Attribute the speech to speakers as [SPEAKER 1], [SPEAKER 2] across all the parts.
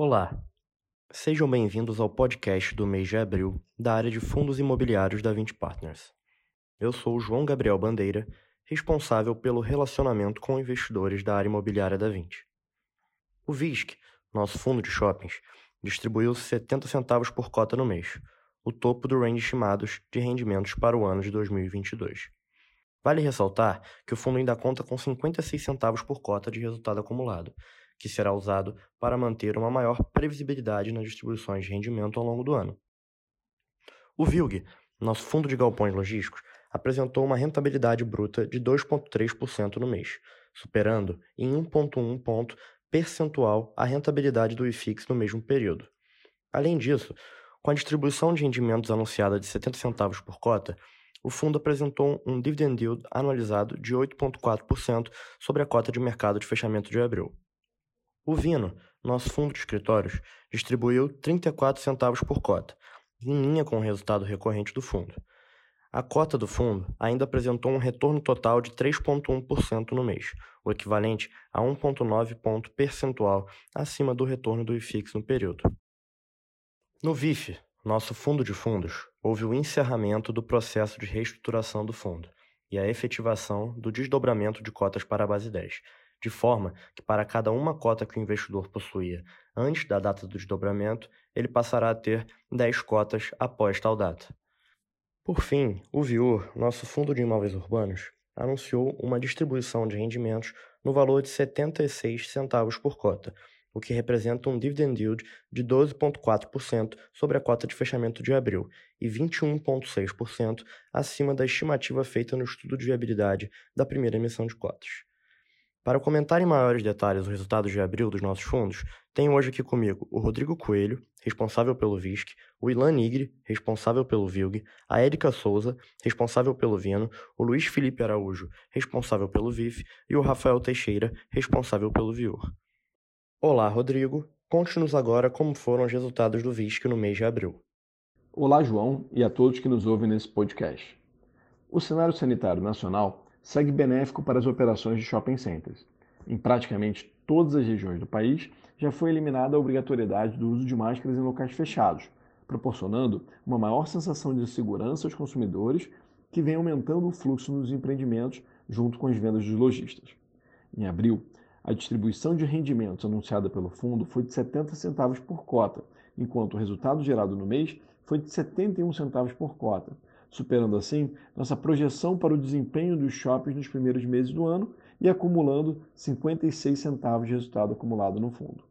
[SPEAKER 1] Olá, sejam bem-vindos ao podcast do mês de abril da área de fundos imobiliários da Vinci Partners. Eu sou o João Gabriel Bandeira, responsável pelo relacionamento com investidores da área imobiliária da Vinci. O VISC, nosso fundo de shoppings, distribuiu 70 centavos por cota no mês, o topo do range estimados de rendimentos para o ano de 2022. Vale ressaltar que o fundo ainda conta com 56 centavos por cota de resultado acumulado, que será usado para manter uma maior previsibilidade nas distribuições de rendimento ao longo do ano. O VILG, nosso fundo de galpões logísticos, apresentou uma rentabilidade bruta de 2,3% no mês, superando em 1,1 ponto percentual a rentabilidade do IFIX no mesmo período. Além disso, com a distribuição de rendimentos anunciada de 70 centavos por cota, o fundo apresentou um dividend yield anualizado de 8,4% sobre a cota de mercado de fechamento de abril. O Vino, nosso fundo de escritórios, distribuiu 34 centavos por cota, em linha com o resultado recorrente do fundo. A cota do fundo ainda apresentou um retorno total de 3,1% no mês, o equivalente a 1,9 ponto percentual acima do retorno do IFIX no período. No VIF, nosso fundo de fundos, houve o encerramento do processo de reestruturação do fundo e a efetivação do desdobramento de cotas para a base 10, de forma que para cada uma cota que o investidor possuía antes da data do desdobramento, ele passará a ter 10 cotas após tal data. Por fim, o VIUR, nosso fundo de imóveis urbanos, anunciou uma distribuição de rendimentos no valor de 76 centavos por cota, o que representa um dividend yield de 12,4% sobre a cota de fechamento de abril e 21,6% acima da estimativa feita no estudo de viabilidade da primeira emissão de cotas. Para comentar em maiores detalhes os resultados de abril dos nossos fundos, tenho hoje aqui comigo o Rodrigo Coelho, responsável pelo VISC, o Ilan Nigri, responsável pelo VILG, a Érica Souza, responsável pelo Vino, o Luiz Felipe Araújo, responsável pelo VIF e o Rafael Teixeira, responsável pelo VIUR. Olá, Rodrigo. Conte-nos agora como foram os resultados do VISC no mês de abril.
[SPEAKER 2] Olá, João, e a todos que nos ouvem nesse podcast. O cenário sanitário nacional segue benéfico para as operações de shopping centers. Em praticamente todas as regiões do país, já foi eliminada a obrigatoriedade do uso de máscaras em locais fechados, proporcionando uma maior sensação de segurança aos consumidores, que vem aumentando o fluxo nos empreendimentos junto com as vendas dos lojistas. Em abril, a distribuição de rendimentos anunciada pelo fundo foi de 70 centavos por cota, enquanto o resultado gerado no mês foi de 71 centavos por cota, superando assim nossa projeção para o desempenho dos shoppings nos primeiros meses do ano e acumulando 56 centavos de resultado acumulado no fundo.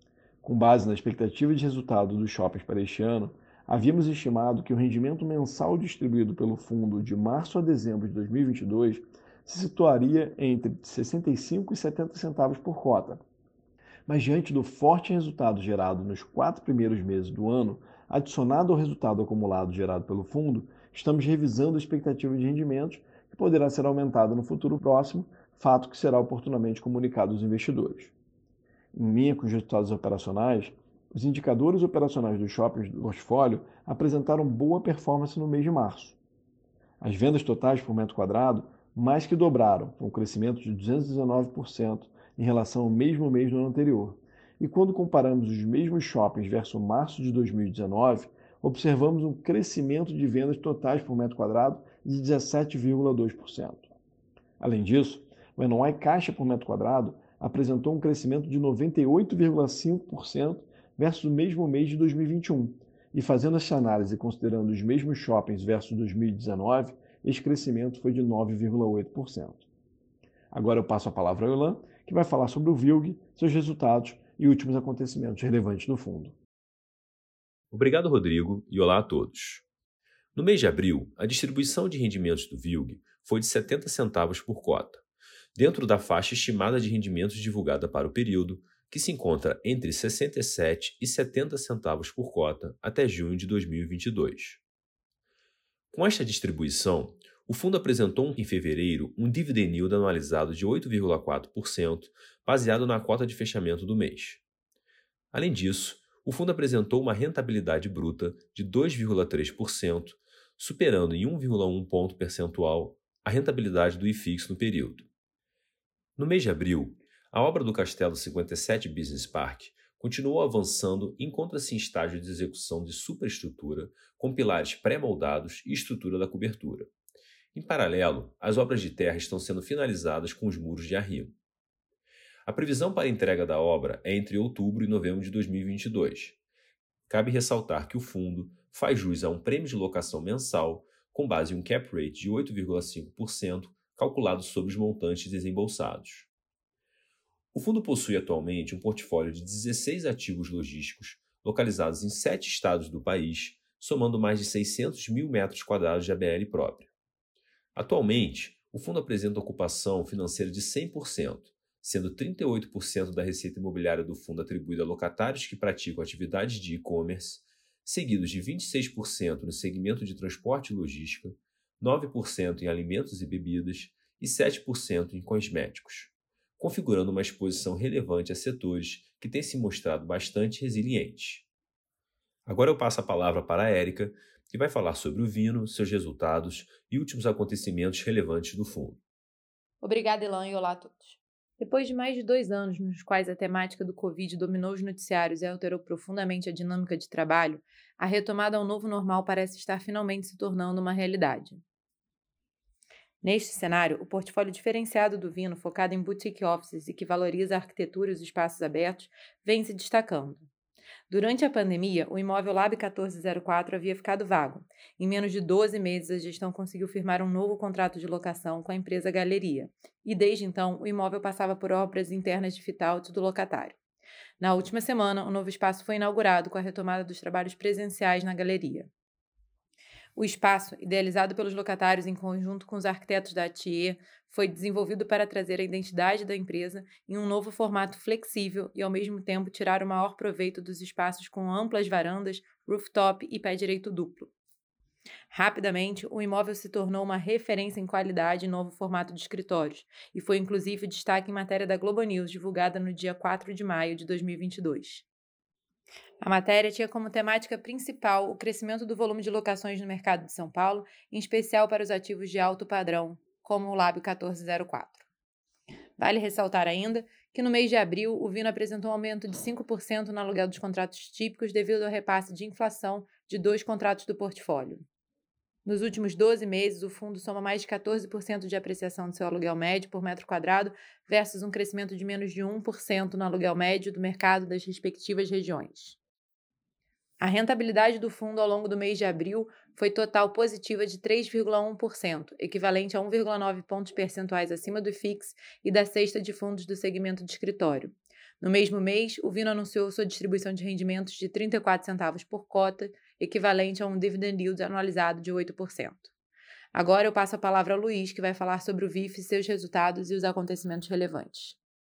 [SPEAKER 2] Com base na expectativa de resultado dos shoppings para este ano, havíamos estimado que o rendimento mensal distribuído pelo fundo de março a dezembro de 2022 se situaria entre 65 e 70 centavos por cota. Mas diante do forte resultado gerado nos 4 primeiros meses do ano, adicionado ao resultado acumulado gerado pelo fundo, estamos revisando a expectativa de rendimentos, que poderá ser aumentada no futuro próximo, fato que será oportunamente comunicado aos investidores. Em linha com os resultados operacionais, os indicadores operacionais dos shoppings do portfólio apresentaram boa performance no mês de março. As vendas totais por metro quadrado mais que dobraram, com um crescimento de 219% em relação ao mesmo mês do ano anterior. E quando comparamos os mesmos shoppings versus março de 2019, observamos um crescimento de vendas totais por metro quadrado de 17,2%. Além disso, o NOI caixa por metro quadrado apresentou um crescimento de 98,5% versus o mesmo mês de 2021. E fazendo essa análise considerando os mesmos shoppings versus 2019, esse crescimento foi de 9,8%. Agora eu passo a palavra ao Ilan, que vai falar sobre o VILG, seus resultados e últimos acontecimentos relevantes no fundo.
[SPEAKER 3] Obrigado, Rodrigo, e olá a todos. No mês de abril, a distribuição de rendimentos do VILG foi de 70 centavos por cota, dentro da faixa estimada de rendimentos divulgada para o período, que se encontra entre 67 e 70 centavos por cota até junho de 2022. Com esta distribuição, o fundo apresentou em fevereiro um dividend yield anualizado de 8,4%, baseado na cota de fechamento do mês. Além disso, o fundo apresentou uma rentabilidade bruta de 2,3%, superando em 1,1 ponto percentual a rentabilidade do IFIX no período. No mês de abril, a obra do Castelo 57 Business Park continuou avançando e encontra-se em estágio de execução de superestrutura, com pilares pré-moldados e estrutura da cobertura. Em paralelo, as obras de terra estão sendo finalizadas com os muros de arrimo. A previsão para a entrega da obra é entre outubro e novembro de 2022. Cabe ressaltar que o fundo faz jus a um prêmio de locação mensal com base em um cap rate de 8,5%, calculado sobre os montantes desembolsados. O fundo possui atualmente um portfólio de 16 ativos logísticos, localizados em 7 estados do país, somando mais de 600 mil metros quadrados de ABL própria. Atualmente, o fundo apresenta ocupação financeira de 100%, sendo 38% da receita imobiliária do fundo atribuída a locatários que praticam atividades de e-commerce, seguidos de 26% no segmento de transporte e logística, 9% em alimentos e bebidas e 7% em cosméticos, configurando uma exposição relevante a setores que têm se mostrado bastante resilientes. Agora eu passo a palavra para a Érica, que vai falar sobre o Vino, seus resultados e últimos acontecimentos relevantes do fundo.
[SPEAKER 4] Obrigada, Elan, e olá a todos. Depois de mais de 2 anos nos quais a temática do Covid dominou os noticiários e alterou profundamente a dinâmica de trabalho, a retomada ao novo normal parece estar finalmente se tornando uma realidade. Neste cenário, o portfólio diferenciado do Vino, focado em boutique offices e que valoriza a arquitetura e os espaços abertos, vem se destacando. Durante a pandemia, o imóvel Lab 1404 havia ficado vago. Em menos de 12 meses, a gestão conseguiu firmar um novo contrato de locação com a empresa Galeria, e desde então, o imóvel passava por obras internas de fit-out do locatário. Na última semana, o novo espaço foi inaugurado com a retomada dos trabalhos presenciais na galeria. O espaço, idealizado pelos locatários em conjunto com os arquitetos da Atier, foi desenvolvido para trazer a identidade da empresa em um novo formato flexível e, ao mesmo tempo, tirar o maior proveito dos espaços com amplas varandas, rooftop e pé direito duplo. Rapidamente, o imóvel se tornou uma referência em qualidade e novo formato de escritórios, e foi inclusive destaque em matéria da Globo News, divulgada no dia 4 de maio de 2022. A matéria tinha como temática principal o crescimento do volume de locações no mercado de São Paulo, em especial para os ativos de alto padrão, como o Lab 1404. Vale ressaltar ainda que no mês de abril o Vino apresentou um aumento de 5% no aluguel dos contratos típicos devido ao repasse de inflação de 2 contratos do portfólio. Nos últimos 12 meses, o fundo soma mais de 14% de apreciação do seu aluguel médio por metro quadrado versus um crescimento de menos de 1% no aluguel médio do mercado das respectivas regiões. A rentabilidade do fundo ao longo do mês de abril foi total positiva de 3,1%, equivalente a 1,9 pontos percentuais acima do IFIX e da cesta de fundos do segmento de escritório. No mesmo mês, o Vino anunciou sua distribuição de rendimentos de 34 centavos por cota, equivalente a um dividend yield anualizado de 8%. Agora eu passo a palavra ao Luiz, que vai falar sobre o VIF, seus resultados e os acontecimentos relevantes.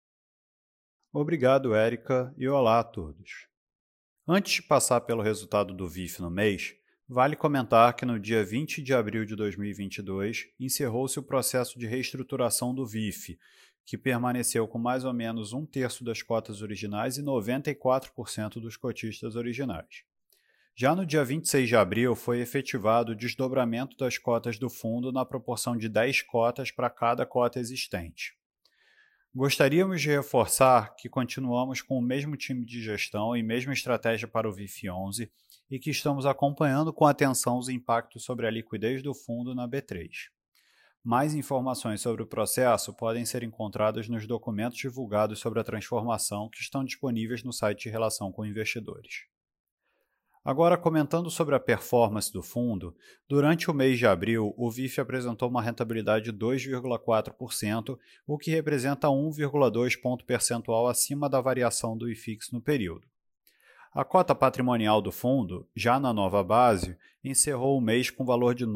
[SPEAKER 5] Obrigado, Érica, e olá a todos. Antes de passar pelo resultado do VIF no mês, vale comentar que no dia 20 de abril de 2022 encerrou-se o processo de reestruturação do VIF, que permaneceu com mais ou menos 1/3 das cotas originais e 94% dos cotistas originais. Já no dia 26 de abril foi efetivado o desdobramento das cotas do fundo na proporção de 10 cotas para cada cota existente. Gostaríamos de reforçar que continuamos com o mesmo time de gestão e mesma estratégia para o VIF 11 e que estamos acompanhando com atenção os impactos sobre a liquidez do fundo na B3. Mais informações sobre o processo podem ser encontradas nos documentos divulgados sobre a transformação que estão disponíveis no site de relação com investidores. Agora, comentando sobre a performance do fundo, durante o mês de abril, o VIF apresentou uma rentabilidade de 2,4%, o que representa 1,2 ponto percentual acima da variação do IFIX no período. A cota patrimonial do fundo, já na nova base, encerrou o mês com valor de R$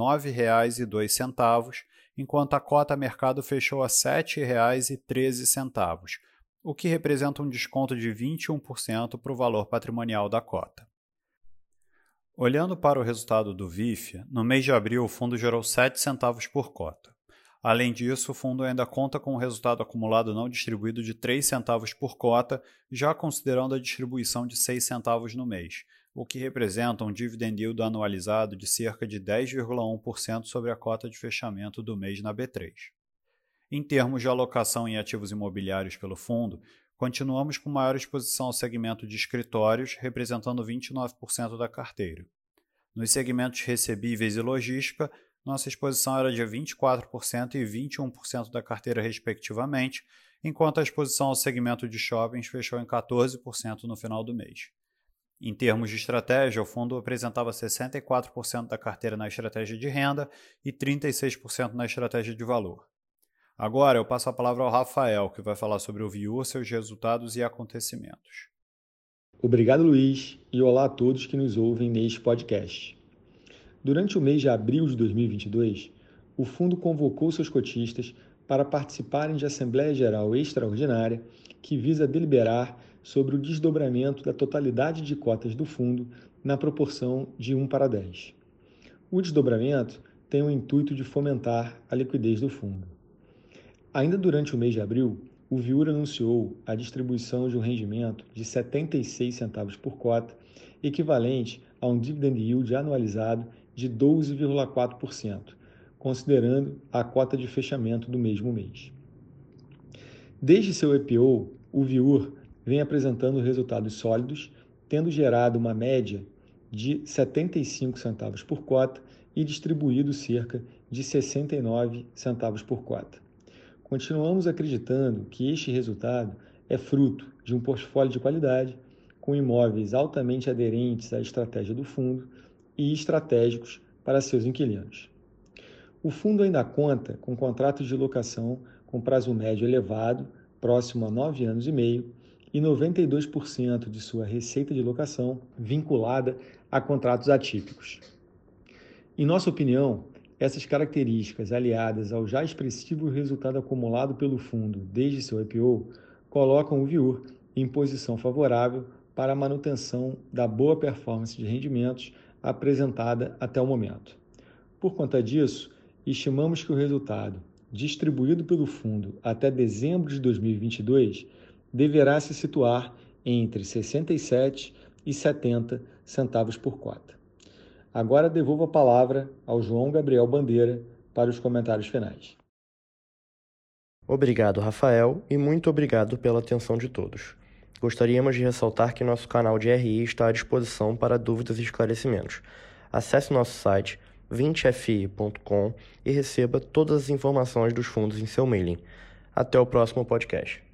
[SPEAKER 5] 9,02, enquanto a cota mercado fechou a R$ 7,13, o que representa um desconto de 21% para o valor patrimonial da cota. Olhando para o resultado do VIF, no mês de abril o fundo gerou 7 centavos por cota. Além disso, o fundo ainda conta com um resultado acumulado não distribuído de 3 centavos por cota, já considerando a distribuição de 6 centavos no mês, o que representa um dividend yield anualizado de cerca de 10,1% sobre a cota de fechamento do mês na B3. Em termos de alocação em ativos imobiliários pelo fundo, continuamos com maior exposição ao segmento de escritórios, representando 29% da carteira. Nos segmentos recebíveis e logística, nossa exposição era de 24% e 21% da carteira, respectivamente, enquanto a exposição ao segmento de shoppings fechou em 14% no final do mês. Em termos de estratégia, o fundo apresentava 64% da carteira na estratégia de renda e 36% na estratégia de valor. Agora eu passo a palavra ao Rafael, que vai falar sobre o Viur, seus resultados e acontecimentos.
[SPEAKER 2] Obrigado, Luiz, e olá a todos que nos ouvem neste podcast. Durante o mês de abril de 2022, o fundo convocou seus cotistas para participarem de Assembleia Geral Extraordinária que visa deliberar sobre o desdobramento da totalidade de cotas do fundo na proporção de 1:10. O desdobramento tem o intuito de fomentar a liquidez do fundo. Ainda durante o mês de abril, o Viur anunciou a distribuição de um rendimento de 76 centavos por cota, equivalente a um dividend yield anualizado de 12,4%, considerando a cota de fechamento do mesmo mês. Desde seu IPO, o Viur vem apresentando resultados sólidos, tendo gerado uma média de 75 centavos por cota e distribuído cerca de 69 centavos por cota. Continuamos acreditando que este resultado é fruto de um portfólio de qualidade, com imóveis altamente aderentes à estratégia do fundo e estratégicos para seus inquilinos. O fundo ainda conta com contratos de locação com prazo médio elevado, próximo a 9 anos e meio, e 92% de sua receita de locação vinculada a contratos atípicos. Em nossa opinião, essas características, aliadas ao já expressivo resultado acumulado pelo fundo desde seu IPO, colocam o Viur em posição favorável para a manutenção da boa performance de rendimentos apresentada até o momento. Por conta disso, estimamos que o resultado distribuído pelo fundo até dezembro de 2022 deverá se situar entre 67 e 70 centavos por cota. Agora devolvo a palavra ao João Gabriel Bandeira para os comentários finais.
[SPEAKER 1] Obrigado, Rafael, e muito obrigado pela atenção de todos. Gostaríamos de ressaltar que nosso canal de RI está à disposição para dúvidas e esclarecimentos. Acesse nosso site 20fi.com e receba todas as informações dos fundos em seu mailing. Até o próximo podcast.